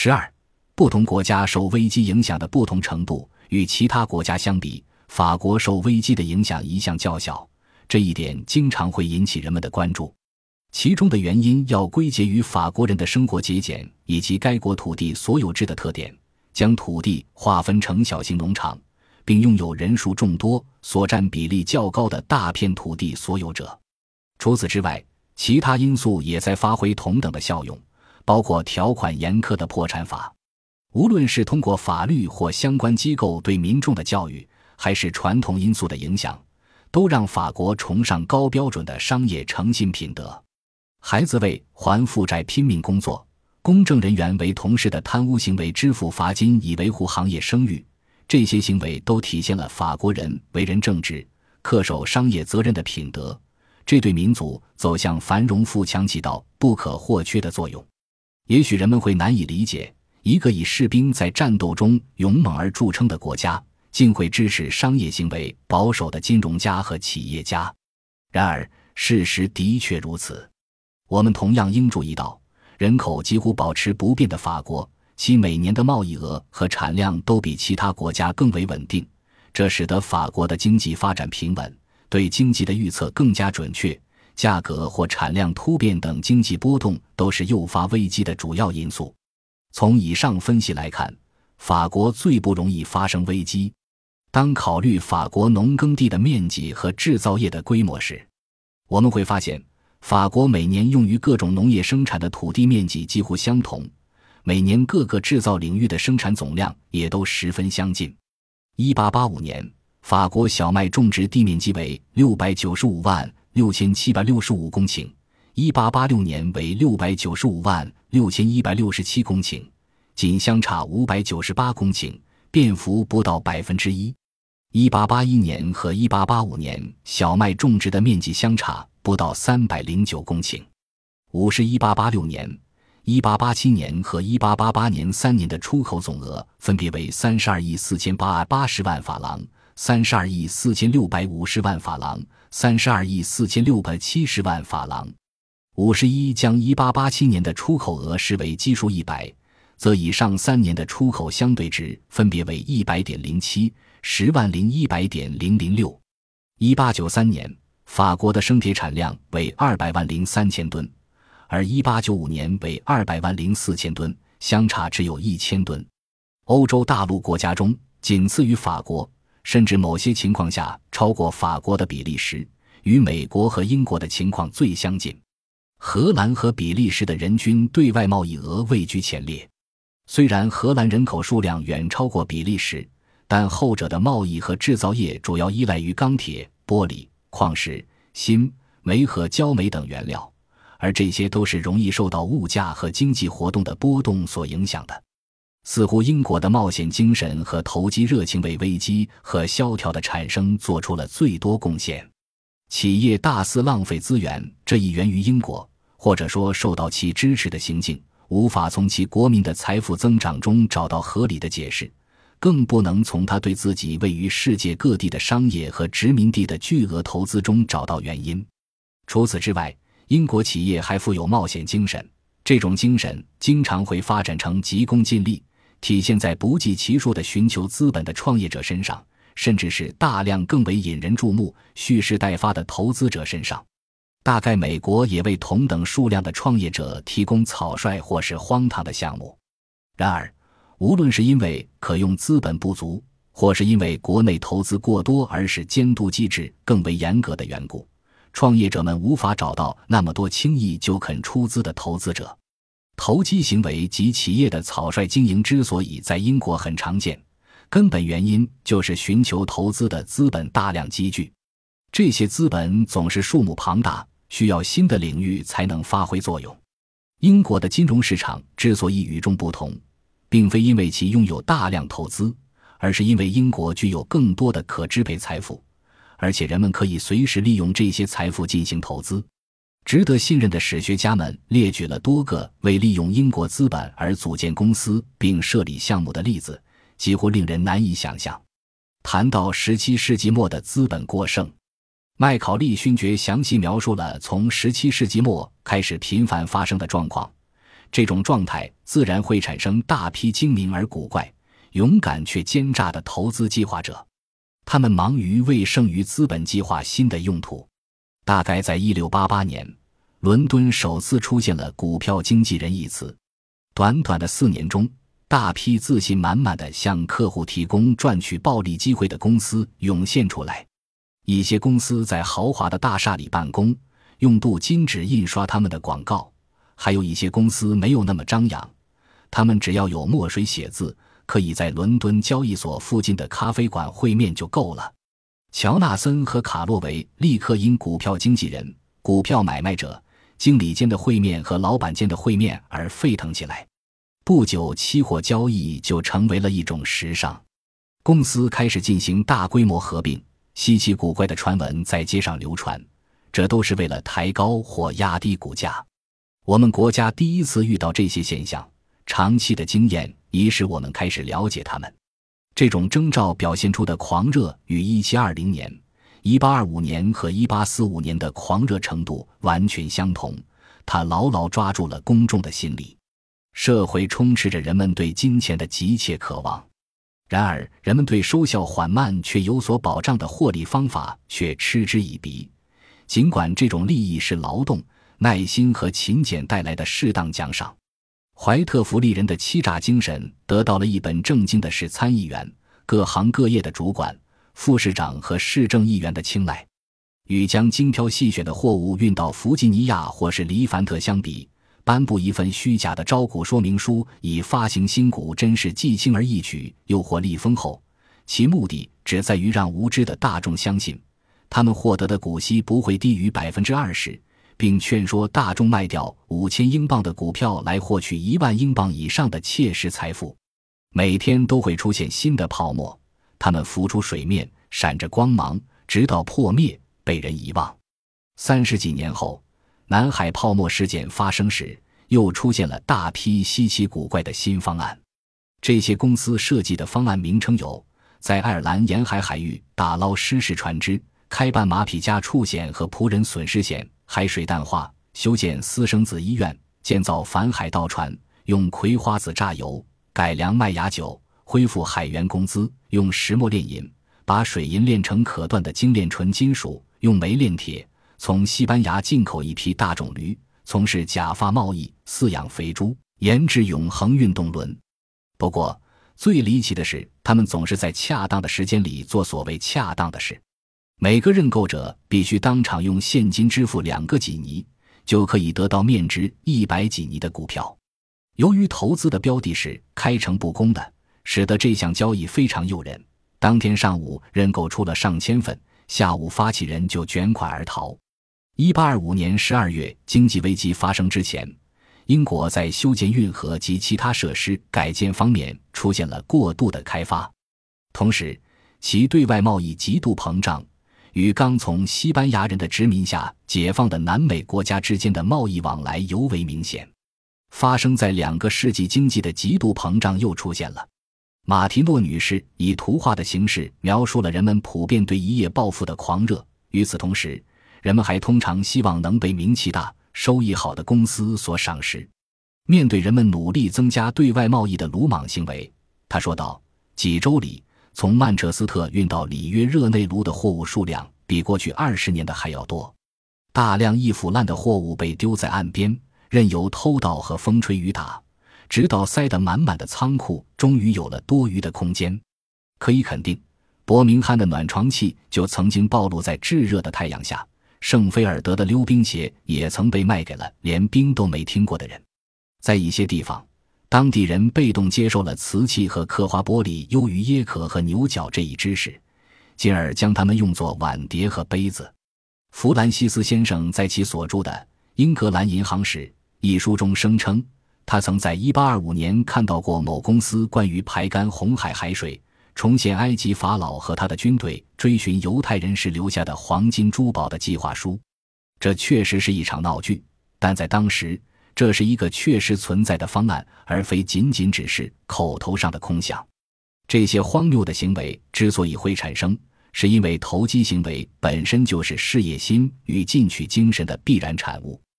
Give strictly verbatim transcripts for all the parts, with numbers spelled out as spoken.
十二、不同国家受危机影响的不同程度。与其他国家相比，法国受危机的影响一向较小，这一点经常会引起人们的关注。其中的原因要归结于法国人的生活节俭以及该国土地所有制的特点，将土地划分成小型农场，并拥有人数众多、所占比例较高的大片土地所有者。除此之外，其他因素也在发挥同等的效用，包括条款严苛的破产法。无论是通过法律或相关机构对民众的教育，还是传统因素的影响，都让法国崇尚高标准的商业诚信品德。孩子为还负债拼命工作，公证人员为同事的贪污行为支付罚金以维护行业声誉，这些行为都体现了法国人为人正直、恪守商业责任的品德，这对民族走向繁荣富强起到不可或缺的作用。也许人们会难以理解，一个以士兵在战斗中勇猛而著称的国家，竟会支持商业行为保守的金融家和企业家。然而，事实的确如此。我们同样应注意到，人口几乎保持不变的法国，其每年的贸易额和产量都比其他国家更为稳定，这使得法国的经济发展平稳，对经济的预测更加准确，价格或产量突变等经济波动都是诱发危机的主要因素。从以上分析来看，法国最不容易发生危机。当考虑法国农耕地的面积和制造业的规模时，我们会发现，法国每年用于各种农业生产的土地面积几乎相同，每年各个制造领域的生产总量也都十分相近。一八八五年，法国小麦种植地面积为六百九十五万六千七百六十五公顷，一八八六年为六百九十五万六千一百六十七公顷，仅相差五百九十八公顷，变幅不到百分之一。一八八一年和一八八五年小麦种植的面积相差不到三百零九公顷。五是一八八六年、一八八七年和一八八八年三年的出口总额分别为三十二亿四千八百八十万法郎、三十二亿四千六百五十万法郎、三十二亿四千六百七十万法郎。五十一将一八八七年的出口额视为基数一百，则以上三年的出口相对值分别为 一百点零七、十万零一百点零零六。一八九三年，法国的生铁产量为二百万零三千吨，而一八九五年为二百万零四千吨，相差只有一千吨。欧洲大陆国家中仅次于法国，甚至某些情况下超过法国的比利时，与美国和英国的情况最相近。荷兰和比利时的人均对外贸易额位居前列。虽然荷兰人口数量远超过比利时，但后者的贸易和制造业主要依赖于钢铁、玻璃、矿石、锌、煤和焦煤等原料，而这些都是容易受到物价和经济活动的波动所影响的。似乎英国的冒险精神和投机热情为危机和萧条的产生做出了最多贡献。企业大肆浪费资源，这一源于英国，或者说受到其支持的行径，无法从其国民的财富增长中找到合理的解释，更不能从他对自己位于世界各地的商业和殖民地的巨额投资中找到原因。除此之外，英国企业还富有冒险精神，这种精神经常会发展成急功近利，体现在不计其数的寻求资本的创业者身上，甚至是大量更为引人注目、蓄势待发的投资者身上。大概美国也为同等数量的创业者提供草率或是荒唐的项目。然而，无论是因为可用资本不足，或是因为国内投资过多而使监督机制更为严格的缘故，创业者们无法找到那么多轻易就肯出资的投资者。投机行为及企业的草率经营之所以在英国很常见，根本原因就是寻求投资的资本大量积聚，这些资本总是数目庞大，需要新的领域才能发挥作用。英国的金融市场之所以与众不同，并非因为其拥有大量投资，而是因为英国具有更多的可支配财富，而且人们可以随时利用这些财富进行投资。值得信任的史学家们列举了多个为利用英国资本而组建公司并设立项目的例子，几乎令人难以想象。谈到十七世纪末的资本过剩，麦考利勋爵详细描述了从十七世纪末开始频繁发生的状况， 这种状态自然会产生大批精明而古怪、勇敢却奸诈的投资计划者，他们忙于为剩余资本计划新的用途。大概在一六八八年，伦敦首次出现了股票经纪人一词。短短的四年中，大批自信满满的向客户提供赚取暴利机会的公司涌现出来。一些公司在豪华的大厦里办公，用镀金纸印刷他们的广告，还有一些公司没有那么张扬，他们只要有墨水写字，可以在伦敦交易所附近的咖啡馆会面就够了。乔纳森和卡洛维立刻因股票经纪人、股票买卖者、经理间的会面和老板间的会面而沸腾起来。不久，期货交易就成为了一种时尚。公司开始进行大规模合并，稀奇古怪的传闻在街上流传，这都是为了抬高或压低股价。我们国家第一次遇到这些现象，长期的经验已使我们开始了解它们。这种征兆表现出的狂热与一七二零年、一八二五年和一八四五年的狂热程度完全相同，它牢牢抓住了公众的心理。社会充斥着人们对金钱的急切渴望，然而人们对收效缓慢却有所保障的获利方法却嗤之以鼻，尽管这种利益是劳动、耐心和勤俭带来的适当奖赏。怀特福利人的欺诈精神得到了一本正经的市参议员、各行各业的主管、副市长和市政议员的青睐。与将精挑细选的货物运到弗吉尼亚或是黎凡特相比，颁布一份虚假的招股说明书以发行新股真是既轻而易举又获利丰厚，其目的只在于让无知的大众相信他们获得的股息不会低于 百分之二十，并劝说大众卖掉五千英镑的股票来获取一万英镑以上的切实财富。每天都会出现新的泡沫，它们浮出水面，闪着光芒，直到破灭，被人遗忘。三十几年后，南海泡沫事件发生时，又出现了大批稀奇古怪的新方案。这些公司设计的方案名称有：在爱尔兰沿海海域打捞失事船只，开办马匹家畜险和仆人损失险，海水淡化，修建私生子医院，建造反海盗船，用葵花籽榨油，改良麦芽酒，恢复海员工资，用石墨炼银，把水银炼成可锻的精炼纯金属，用煤炼铁，从西班牙进口一批大种驴，从事假发贸易，饲养肥猪，研制永恒运动轮。不过最离奇的是，他们总是在恰当的时间里做所谓恰当的事。每个认购者必须当场用现金支付两个几尼，就可以得到面值一百几尼的股票。由于投资的标的是开诚布公的，使得这项交易非常诱人。当天上午认购出了上千份，下午发起人就卷款而逃。一八二五年十二月，经济危机发生之前，英国在修建运河及其他设施改建方面出现了过度的开发，同时其对外贸易极度膨胀，与刚从西班牙人的殖民下解放的南美国家之间的贸易往来尤为明显。发生在两个世纪经济的极度膨胀又出现了。马提诺女士以图画的形式描述了人们普遍对一夜暴富的狂热，与此同时，人们还通常希望能被名气大、收益好的公司所赏识。面对人们努力增加对外贸易的鲁莽行为，他说道：几周里，从曼彻斯特运到里约热内卢的货物数量比过去二十年的还要多。大量易腐烂的货物被丢在岸边，任由偷盗和风吹雨打，直到塞得满满的仓库终于有了多余的空间。可以肯定，伯明翰的暖床器就曾经暴露在炙热的太阳下，圣菲尔德的溜冰鞋也曾被卖给了连冰都没听过的人。在一些地方，当地人被动接受了瓷器和刻花玻璃优于椰壳和牛角这一知识，进而将它们用作碗碟和杯子。弗兰西斯先生在其所著的《英格兰银行史》一书中声称，他曾在一八二五年看到过某公司关于排干红海海水、重现埃及法老和他的军队追寻犹太人时留下的黄金珠宝的计划书。这确实是一场闹剧，但在当时，这是一个确实存在的方案，而非仅仅只是口头上的空想。这些荒谬的行为之所以会产生，是因为投机行为本身就是事业心与进取精神的必然产物。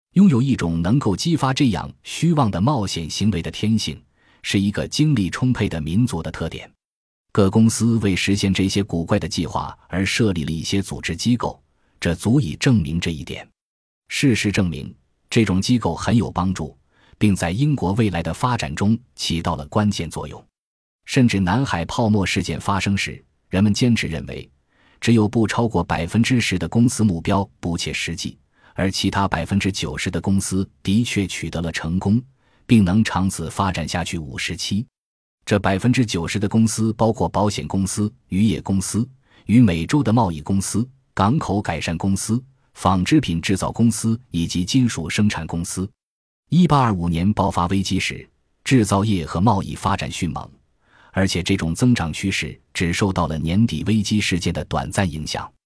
拥有一种能够激发这样虚妄的冒险行为的天性，是一个精力充沛的民族的特点。各公司为实现这些古怪的计划而设立了一些组织机构，这足以证明这一点。事实证明，这种机构很有帮助，并在英国未来的发展中起到了关键作用。甚至南海泡沫事件发生时，人们坚持认为，只有不超过 百分之十 的公司目标不切实际，而其他 百分之九十 的公司的确取得了成功，并能长此发展下去五十期。这 百分之九十 的公司包括保险公司、渔业公司、与美洲的贸易公司、港口改善公司、纺织品制造公司以及金属生产公司。一八二五年爆发危机时，制造业和贸易发展迅猛，而且这种增长趋势只受到了年底危机事件的短暂影响。